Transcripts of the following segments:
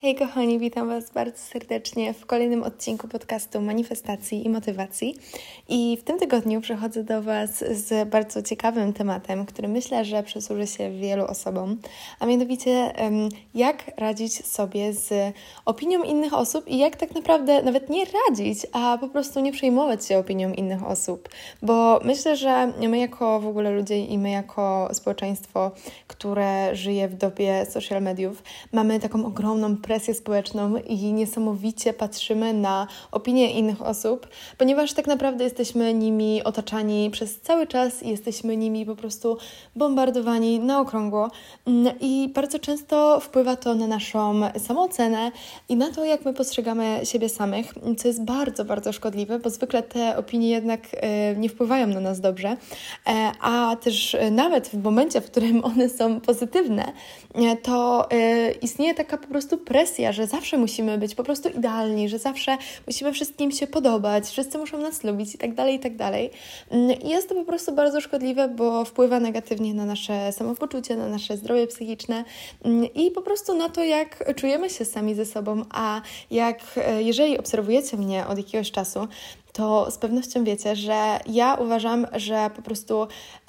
Hej kochani, witam Was bardzo serdecznie w kolejnym odcinku podcastu Manifestacji i Motywacji. I w tym tygodniu przychodzę do Was z bardzo ciekawym tematem, który myślę, że przysłuży się wielu osobom, a mianowicie jak radzić sobie z opinią innych osób i jak tak naprawdę nawet nie radzić, a po prostu nie przejmować się opinią innych osób. Bo myślę, że my jako w ogóle ludzie i my jako społeczeństwo, które żyje w dobie social mediów, mamy taką ogromną presję społeczną i niesamowicie patrzymy na opinie innych osób, ponieważ tak naprawdę jesteśmy nimi otaczani przez cały czas i jesteśmy nimi po prostu bombardowani na okrągło i bardzo często wpływa to na naszą samoocenę i na to, jak my postrzegamy siebie samych, co jest bardzo, bardzo szkodliwe, bo zwykle te opinie jednak nie wpływają na nas dobrze, a też nawet w momencie, w którym one są pozytywne, to istnieje taka po prostu presja, że zawsze musimy być po prostu idealni, że zawsze musimy wszystkim się podobać, wszyscy muszą nas lubić i tak dalej, i tak dalej. I jest to po prostu bardzo szkodliwe, bo wpływa negatywnie na nasze samopoczucie, na nasze zdrowie psychiczne i po prostu na to, jak czujemy się sami ze sobą, a jeżeli obserwujecie mnie od jakiegoś czasu, to z pewnością wiecie, że ja uważam, że po prostu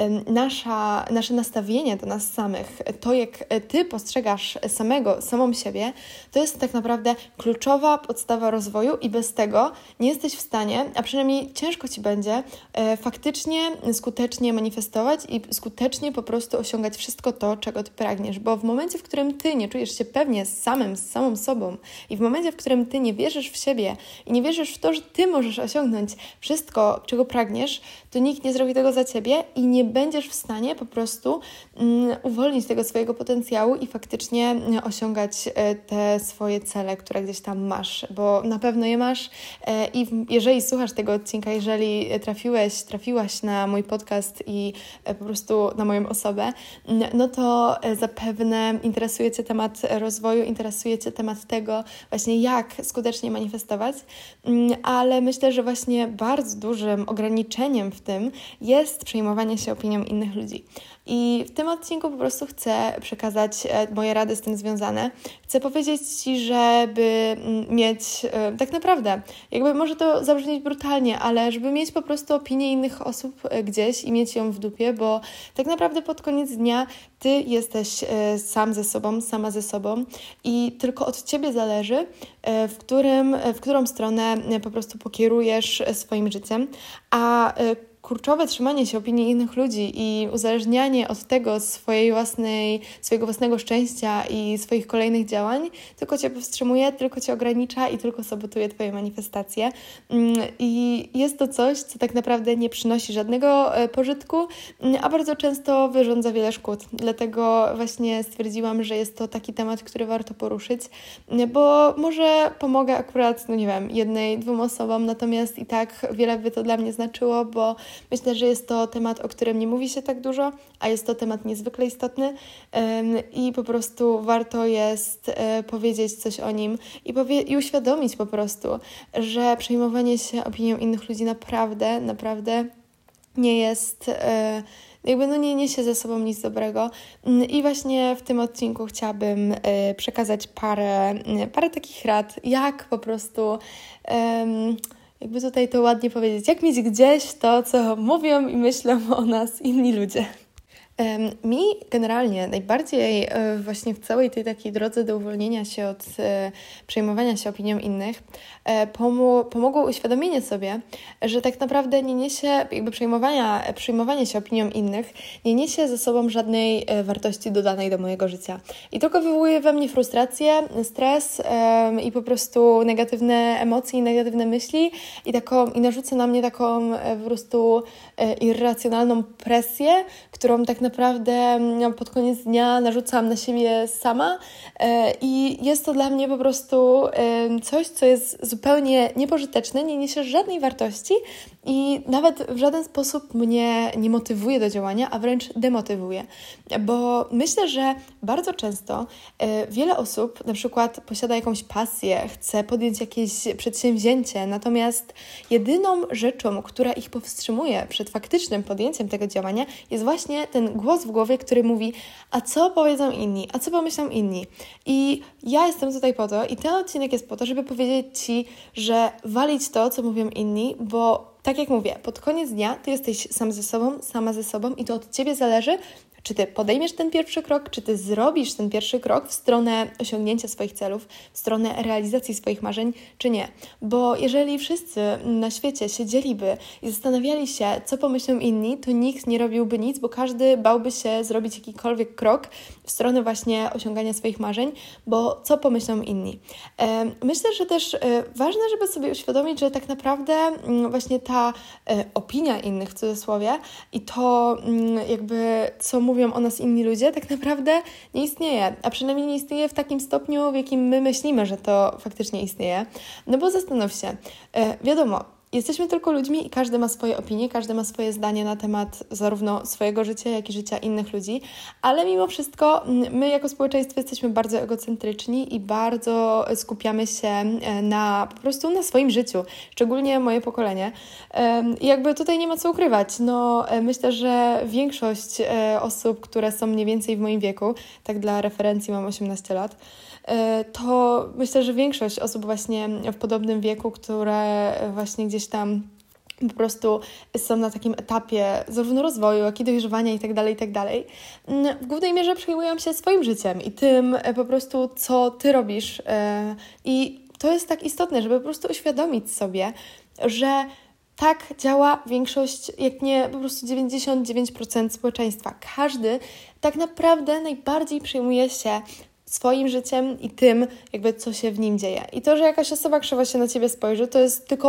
nasze nastawienie do nas samych, to jak Ty postrzegasz samą siebie, to jest tak naprawdę kluczowa podstawa rozwoju i bez tego nie jesteś w stanie, a przynajmniej ciężko Ci będzie faktycznie, skutecznie manifestować i skutecznie po prostu osiągać wszystko to, czego Ty pragniesz, bo w momencie, w którym Ty nie czujesz się pewnie z samą sobą i w momencie, w którym Ty nie wierzysz w siebie i nie wierzysz w to, że Ty możesz osiągnąć wszystko, czego pragniesz, to nikt nie zrobi tego za Ciebie i nie będziesz w stanie po prostu uwolnić tego swojego potencjału i faktycznie osiągać te swoje cele, które gdzieś tam masz, bo na pewno je masz i jeżeli słuchasz tego odcinka, jeżeli trafiłaś na mój podcast i po prostu na moją osobę, no to zapewne interesuje Cię temat rozwoju, interesuje Cię temat tego właśnie jak skutecznie manifestować, ale myślę, że właśnie bardzo dużym ograniczeniem w tym jest przejmowanie się opinią innych ludzi. I w tym odcinku po prostu chcę przekazać moje rady z tym związane. Chcę powiedzieć Ci, żeby mieć tak naprawdę, jakby może to zabrzmieć brutalnie, ale żeby mieć po prostu opinię innych osób gdzieś i mieć ją w dupie, bo tak naprawdę pod koniec dnia Ty jesteś sam ze sobą, sama ze sobą i tylko od Ciebie zależy, w którą stronę po prostu pokierujesz swoim życiem, a kurczowe trzymanie się opinii innych ludzi i uzależnianie od tego swojego własnego szczęścia i swoich kolejnych działań tylko Cię powstrzymuje, tylko Cię ogranicza i tylko sabotuje Twoje manifestacje. I jest to coś, co tak naprawdę nie przynosi żadnego pożytku, a bardzo często wyrządza wiele szkód. Dlatego właśnie stwierdziłam, że jest to taki temat, który warto poruszyć, bo może pomogę akurat, jednej, dwóm osobom, natomiast i tak wiele by to dla mnie znaczyło, bo myślę, że jest to temat, o którym nie mówi się tak dużo, a jest to temat niezwykle istotny i po prostu warto jest powiedzieć coś o nim i uświadomić po prostu, że przejmowanie się opinią innych ludzi naprawdę nie jest nie niesie ze sobą nic dobrego. I właśnie w tym odcinku chciałabym przekazać parę takich rad, jak po prostu jakby tutaj to ładnie powiedzieć, jak mieć gdzieś to, co mówią i myślą o nas inni ludzie. Mi generalnie najbardziej właśnie w całej tej takiej drodze do uwolnienia się od przejmowania się opinią innych pomogło uświadomienie sobie, że tak naprawdę nie niesie, jakby przejmowanie się opinią innych nie niesie ze sobą żadnej wartości dodanej do mojego życia. I tylko wywołuje we mnie frustrację, stres i po prostu negatywne emocje i negatywne myśli i narzuca na mnie taką po prostu irracjonalną presję, którą tak naprawdę pod koniec dnia narzucam na siebie sama i jest to dla mnie po prostu coś, co jest zupełnie niepożyteczne, nie niesie żadnej wartości i nawet w żaden sposób mnie nie motywuje do działania, a wręcz demotywuje, bo myślę, że bardzo często wiele osób na przykład posiada jakąś pasję, chce podjąć jakieś przedsięwzięcie, natomiast jedyną rzeczą, która ich powstrzymuje przed faktycznym podjęciem tego działania jest właśnie właśnie ten głos w głowie, który mówi, a co powiedzą inni, a co pomyślą inni. I ja jestem tutaj po to i ten odcinek jest po to, żeby powiedzieć Ci, że walić to, co mówią inni, bo tak jak mówię, pod koniec dnia Ty jesteś sam ze sobą, sama ze sobą i to od Ciebie zależy, czy Ty podejmiesz ten pierwszy krok, czy Ty zrobisz ten pierwszy krok w stronę osiągnięcia swoich celów, w stronę realizacji swoich marzeń, czy nie. Bo jeżeli wszyscy na świecie siedzieliby i zastanawiali się, co pomyślą inni, to nikt nie robiłby nic, bo każdy bałby się zrobić jakikolwiek krok w stronę właśnie osiągania swoich marzeń, bo co pomyślą inni. Myślę, że też ważne, żeby sobie uświadomić, że tak naprawdę właśnie ta opinia innych w cudzysłowie i to jakby co mówią o nas inni ludzie, tak naprawdę nie istnieje, a przynajmniej nie istnieje w takim stopniu, w jakim my myślimy, że to faktycznie istnieje. No bo zastanów się, wiadomo, jesteśmy tylko ludźmi i każdy ma swoje opinie, każdy ma swoje zdanie na temat zarówno swojego życia, jak i życia innych ludzi, ale mimo wszystko my jako społeczeństwo jesteśmy bardzo egocentryczni i bardzo skupiamy się po prostu na swoim życiu, szczególnie moje pokolenie. I jakby tutaj nie ma co ukrywać. No, myślę, że większość osób, które są mniej więcej w moim wieku, tak dla referencji mam 18 lat, to myślę, że większość osób właśnie w podobnym wieku, które właśnie gdzieś tam po prostu są na takim etapie zarówno rozwoju, jak i dojrzewania itd., w głównej mierze przejmują się swoim życiem i tym po prostu, co Ty robisz. I to jest tak istotne, żeby po prostu uświadomić sobie, że tak działa większość, jak nie po prostu 99% społeczeństwa. Każdy tak naprawdę najbardziej przejmuje się swoim życiem i tym, jakby co się w nim dzieje. I to, że jakaś osoba krzywo się na Ciebie spojrzy, to jest tylko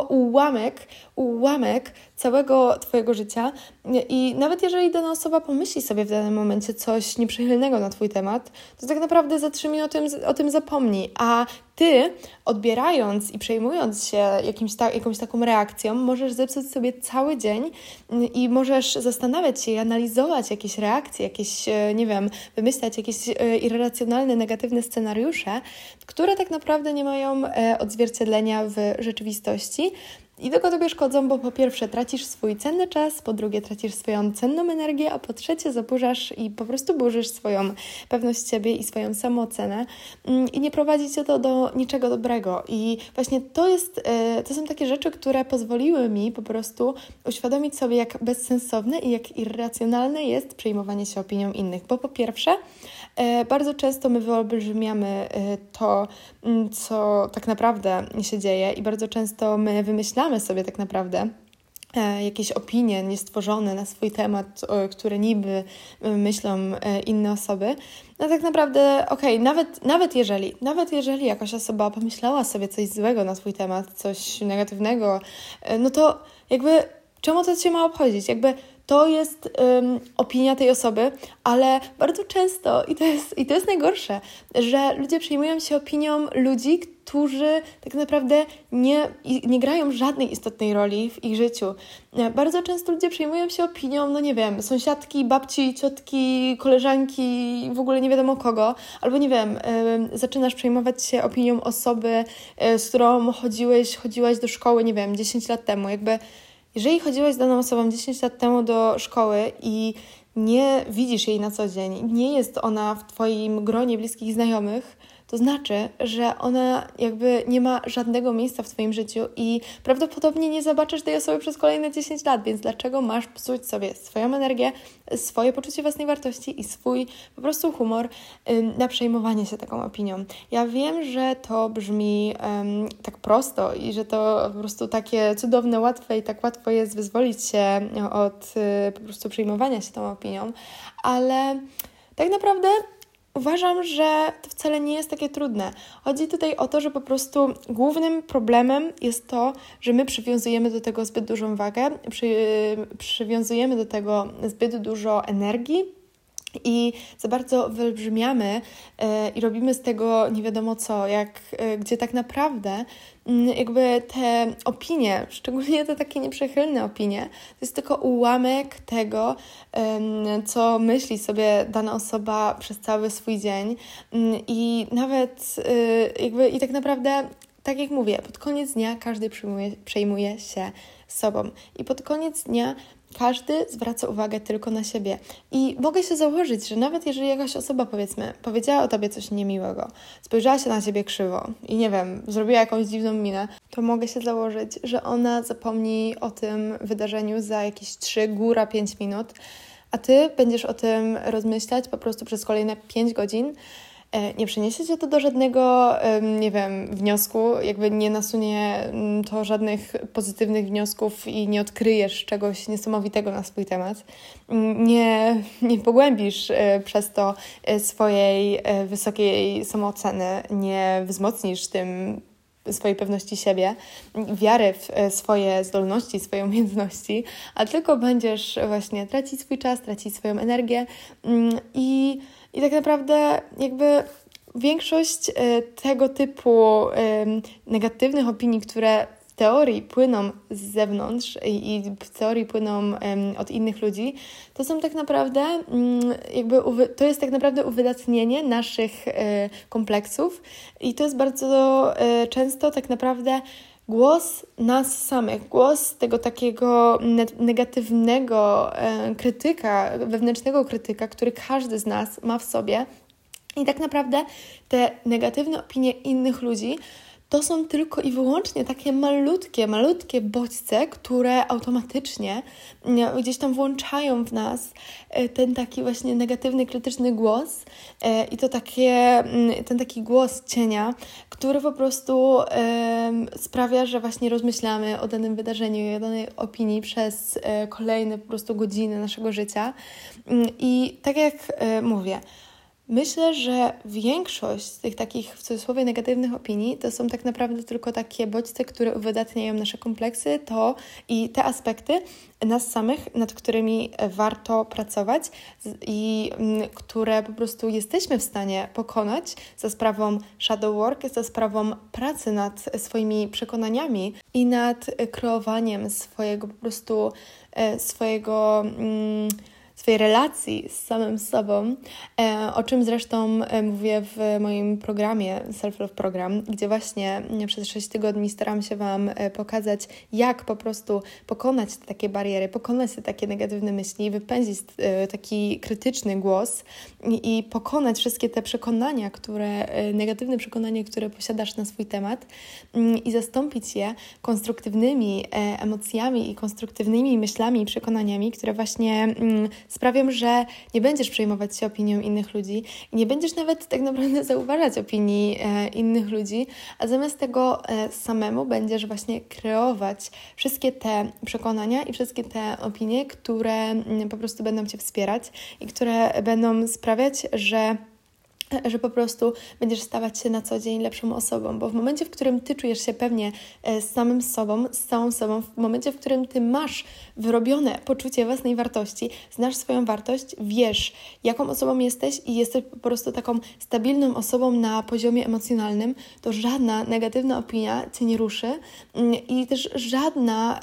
ułamek całego Twojego życia i nawet jeżeli dana osoba pomyśli sobie w danym momencie coś nieprzychylnego na Twój temat, to tak naprawdę za 3 minuty o tym zapomni, a Ty, odbierając i przejmując się jakąś taką reakcją, możesz zepsuć sobie cały dzień i możesz zastanawiać się i analizować jakieś reakcje, jakieś, nie wiem, wymyślać jakieś irracjonalne, negatywne scenariusze, które tak naprawdę nie mają odzwierciedlenia w rzeczywistości. I tylko Tobie szkodzą, bo po pierwsze tracisz swój cenny czas, po drugie tracisz swoją cenną energię, a po trzecie zaburzasz i po prostu burzysz swoją pewność siebie i swoją samoocenę i nie prowadzi Cię to do niczego dobrego. I właśnie to są takie rzeczy, które pozwoliły mi po prostu uświadomić sobie, jak bezsensowne i jak irracjonalne jest przejmowanie się opinią innych. Bo po pierwsze, bardzo często my wyolbrzymiamy to, co tak naprawdę się dzieje i bardzo często my wymyślamy sobie tak naprawdę jakieś opinie niestworzone na swój temat, które niby myślą inne osoby. No tak naprawdę, nawet jeżeli jakaś osoba pomyślała sobie coś złego na Twój temat, coś negatywnego, no to jakby czemu to Cię ma obchodzić? Jakby to jest opinia tej osoby, ale bardzo często, i to jest najgorsze, że ludzie przejmują się opinią ludzi, którzy tak naprawdę nie grają żadnej istotnej roli w ich życiu. Bardzo często ludzie przejmują się opinią, no nie wiem, sąsiadki, babci, ciotki, koleżanki, w ogóle nie wiadomo kogo, albo nie wiem, zaczynasz przejmować się opinią osoby, z którą chodziłaś do szkoły, nie wiem, 10 lat temu, jakby jeżeli chodziłaś z daną osobą 10 lat temu do szkoły i nie widzisz jej na co dzień, nie jest ona w Twoim gronie bliskich znajomych, to znaczy, że ona jakby nie ma żadnego miejsca w Twoim życiu i prawdopodobnie nie zobaczysz tej osoby przez kolejne 10 lat, więc dlaczego masz psuć sobie swoją energię, swoje poczucie własnej wartości i swój po prostu humor na przejmowanie się taką opinią. Ja wiem, że to brzmi tak prosto i że to po prostu takie cudowne, łatwe i tak łatwo jest wyzwolić się od po prostu przejmowania się tą opinią, ale tak naprawdę uważam, że to wcale nie jest takie trudne. Chodzi tutaj o to, że po prostu głównym problemem jest to, że my przywiązujemy do tego zbyt dużą wagę, przywiązujemy do tego zbyt dużo energii i za bardzo wyolbrzymiamy i robimy z tego nie wiadomo co, gdzie tak naprawdę jakby te opinie, szczególnie te takie nieprzychylne opinie, to jest tylko ułamek tego, co myśli sobie dana osoba przez cały swój dzień i nawet jakby i tak naprawdę, tak jak mówię, pod koniec dnia każdy przejmuje się sobą i pod koniec dnia każdy zwraca uwagę tylko na siebie. I mogę się założyć, że nawet jeżeli jakaś osoba, powiedzmy, powiedziała o tobie coś niemiłego, spojrzała się na ciebie krzywo i nie wiem, zrobiła jakąś dziwną minę, to mogę się założyć, że ona zapomni o tym wydarzeniu za jakieś 3, góra 5 minut, a ty będziesz o tym rozmyślać po prostu przez kolejne 5 godzin. Nie przyniesie cię to do żadnego, nie wiem, wniosku, jakby nie nasunie to żadnych pozytywnych wniosków i nie odkryjesz czegoś niesamowitego na swój temat. Nie pogłębisz przez to swojej wysokiej samooceny, nie wzmocnisz tym swojej pewności siebie, wiary w swoje zdolności, swoje umiejętności, a tylko będziesz właśnie tracić swój czas, tracić swoją energię i tak naprawdę jakby większość tego typu negatywnych opinii, które w teorii płyną z zewnątrz i w teorii płyną od innych ludzi, to są tak naprawdę to jest tak naprawdę uwydatnienie naszych kompleksów i to jest bardzo często tak naprawdę głos nas samych, głos tego takiego negatywnego krytyka, wewnętrznego krytyka, który każdy z nas ma w sobie. I tak naprawdę te negatywne opinie innych ludzi to są tylko i wyłącznie takie malutkie bodźce, które automatycznie gdzieś tam włączają w nas ten taki właśnie negatywny, krytyczny głos i to ten taki głos cienia, który po prostu sprawia, że właśnie rozmyślamy o danym wydarzeniu i o danej opinii przez kolejne po prostu godziny naszego życia. I tak jak mówię, myślę, że większość z tych takich w cudzysłowie negatywnych opinii to są tak naprawdę tylko takie bodźce, które uwydatniają nasze kompleksy i te aspekty nas samych, nad którymi warto pracować i które po prostu jesteśmy w stanie pokonać za sprawą shadow work, za sprawą pracy nad swoimi przekonaniami i nad kreowaniem swojej relacji z samym sobą, o czym zresztą mówię w moim programie Self-Love Program, gdzie właśnie przez 6 tygodni staram się Wam pokazać, jak po prostu pokonać te takie bariery, pokonać te takie negatywne myśli, wypędzić taki krytyczny głos i pokonać wszystkie te przekonania, negatywne przekonania, które posiadasz na swój temat i zastąpić je konstruktywnymi emocjami i konstruktywnymi myślami i przekonaniami, które właśnie sprawią, że nie będziesz przejmować się opinią innych ludzi i nie będziesz nawet tak naprawdę zauważać opinii innych ludzi, a zamiast tego samemu będziesz właśnie kreować wszystkie te przekonania i wszystkie te opinie, które po prostu będą Cię wspierać i które będą sprawiać, że po prostu będziesz stawać się na co dzień lepszą osobą, bo w momencie, w którym Ty czujesz się pewnie z samym sobą, z całą sobą, w momencie, w którym Ty masz wyrobione poczucie własnej wartości, znasz swoją wartość, wiesz, jaką osobą jesteś i jesteś po prostu taką stabilną osobą na poziomie emocjonalnym, to żadna negatywna opinia Cię nie ruszy i też żadna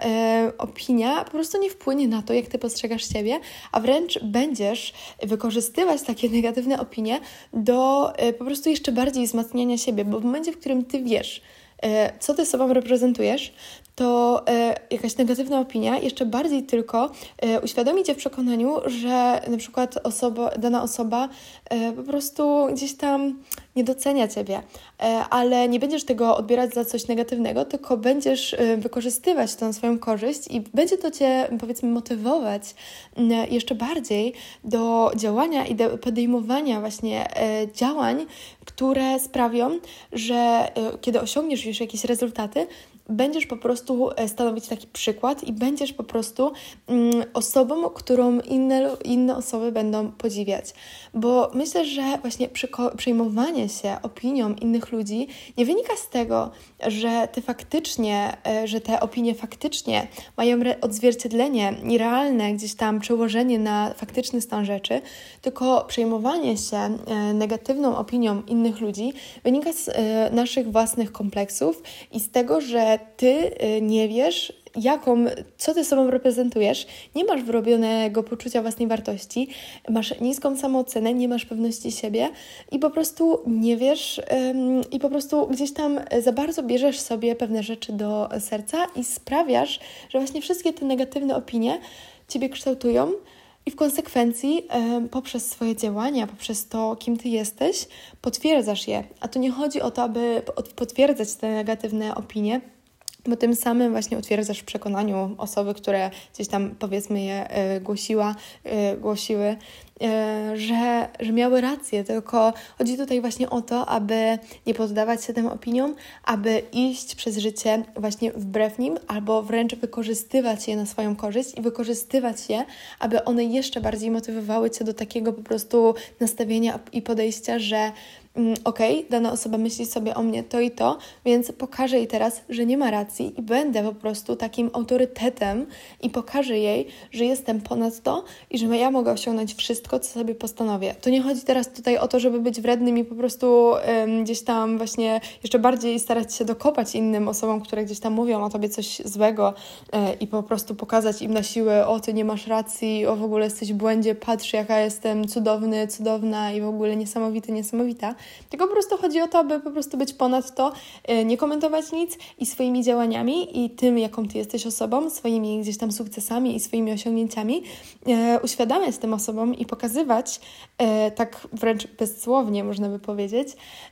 opinia po prostu nie wpłynie na to, jak Ty postrzegasz siebie, a wręcz będziesz wykorzystywać takie negatywne opinie do po prostu jeszcze bardziej wzmacniania siebie, bo w momencie, w którym Ty wiesz, co Ty sobą reprezentujesz, to jakaś negatywna opinia jeszcze bardziej tylko uświadomi Cię w przekonaniu, że na przykład dana osoba po prostu gdzieś tam nie docenia Ciebie, ale nie będziesz tego odbierać za coś negatywnego, tylko będziesz wykorzystywać to na swoją korzyść i będzie to Cię, powiedzmy, motywować jeszcze bardziej do działania i do podejmowania właśnie działań, które sprawią, że kiedy osiągniesz już jakieś rezultaty, będziesz po prostu stanowić taki przykład i będziesz po prostu osobą, którą inne osoby będą podziwiać. Bo myślę, że właśnie przejmowanie się opinią innych ludzi nie wynika z tego, że te opinie faktycznie mają odzwierciedlenie i realne gdzieś tam przełożenie na faktyczny stan rzeczy, tylko przejmowanie się negatywną opinią innych ludzi wynika z naszych własnych kompleksów i z tego, że Ty nie wiesz, co Ty sobą reprezentujesz, nie masz wyrobionego poczucia własnej wartości, masz niską samoocenę, nie masz pewności siebie i po prostu nie wiesz i po prostu gdzieś tam za bardzo bierzesz sobie pewne rzeczy do serca i sprawiasz, że właśnie wszystkie te negatywne opinie Ciebie kształtują i w konsekwencji poprzez swoje działania, poprzez to, kim Ty jesteś, potwierdzasz je. A tu nie chodzi o to, aby potwierdzać te negatywne opinie, bo tym samym właśnie utwierdzasz w przekonaniu osoby, które gdzieś tam powiedzmy je głosiły, że miały rację, tylko chodzi tutaj właśnie o to, aby nie poddawać się tym opiniom, aby iść przez życie właśnie wbrew nim, albo wręcz wykorzystywać je na swoją korzyść i wykorzystywać je, aby one jeszcze bardziej motywowały Cię do takiego po prostu nastawienia i podejścia, że dana osoba myśli sobie o mnie to i to, więc pokażę jej teraz, że nie ma racji i będę po prostu takim autorytetem i pokażę jej, że jestem ponad to i że ja mogę osiągnąć wszystko, co sobie postanowię. To nie chodzi teraz tutaj o to, żeby być wrednym i po prostu gdzieś tam właśnie jeszcze bardziej starać się dokopać innym osobom, które gdzieś tam mówią o tobie coś złego i po prostu pokazać im na siłę, o ty nie masz racji, o w ogóle jesteś w błędzie, patrz jaka jestem cudowny, cudowna i w ogóle niesamowity, niesamowita. Tylko po prostu chodzi o to, aby po prostu być ponad to, nie komentować nic i swoimi działaniami i tym, jaką Ty jesteś osobą, swoimi gdzieś tam sukcesami i swoimi osiągnięciami, uświadamiać tym osobom i pokazywać, tak wręcz bezsłownie można by powiedzieć,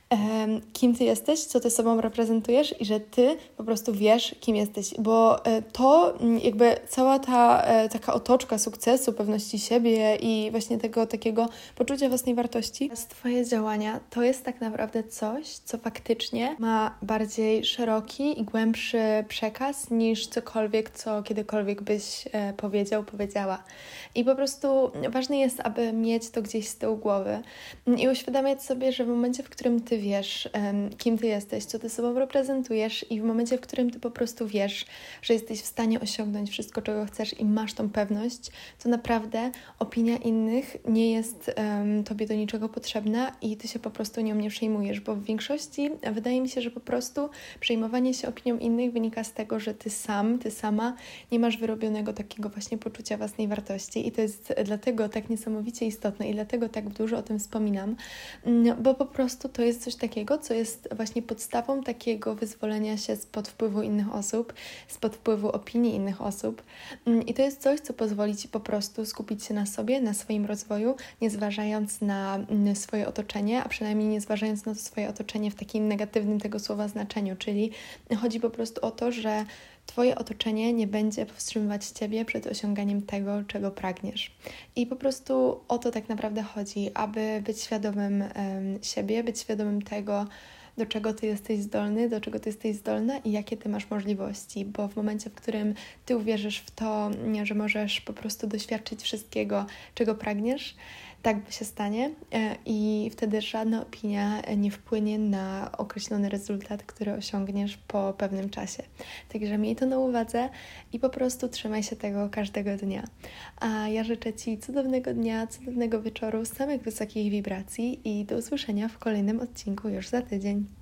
kim Ty jesteś, co Ty sobą reprezentujesz i że Ty po prostu wiesz, kim jesteś, bo to jakby cała ta taka otoczka sukcesu, pewności siebie i właśnie tego takiego poczucia własnej wartości, Twoje działania, to jest tak naprawdę coś, co faktycznie ma bardziej szeroki i głębszy przekaz niż cokolwiek, co kiedykolwiek byś powiedziała. I po prostu ważne jest, aby mieć to gdzieś z tyłu głowy i uświadamiać sobie, że w momencie, w którym Ty wiesz, kim Ty jesteś, co Ty sobą reprezentujesz i w momencie, w którym Ty po prostu wiesz, że jesteś w stanie osiągnąć wszystko, czego chcesz i masz tą pewność, to naprawdę opinia innych nie jest Tobie do niczego potrzebna i Ty się po prostu nią nie przejmujesz, bo w większości wydaje mi się, że po prostu przejmowanie się opinią innych wynika z tego, że Ty sama nie masz wyrobionego takiego właśnie poczucia własnej wartości i to jest dlatego tak niesamowicie istotne i dlatego tak dużo o tym wspominam, bo po prostu to jest coś takiego, co jest właśnie podstawą takiego wyzwolenia się spod wpływu innych osób, spod wpływu opinii innych osób i to jest coś, co pozwoli Ci po prostu skupić się na sobie, na swoim rozwoju, nie zważając na swoje otoczenie, a przynajmniej nie zważając na to swoje otoczenie w takim negatywnym tego słowa znaczeniu, czyli chodzi po prostu o to, że Twoje otoczenie nie będzie powstrzymywać Ciebie przed osiąganiem tego, czego pragniesz. I po prostu o to tak naprawdę chodzi, aby być świadomym siebie, być świadomym tego, do czego Ty jesteś zdolny, do czego Ty jesteś zdolna i jakie Ty masz możliwości, bo w momencie, w którym Ty uwierzysz w to, że możesz po prostu doświadczyć wszystkiego, czego pragniesz, tak by się stanie i wtedy żadna opinia nie wpłynie na określony rezultat, który osiągniesz po pewnym czasie. Także miej to na uwadze i po prostu trzymaj się tego każdego dnia. A ja życzę Ci cudownego dnia, cudownego wieczoru, samych wysokich wibracji i do usłyszenia w kolejnym odcinku już za tydzień.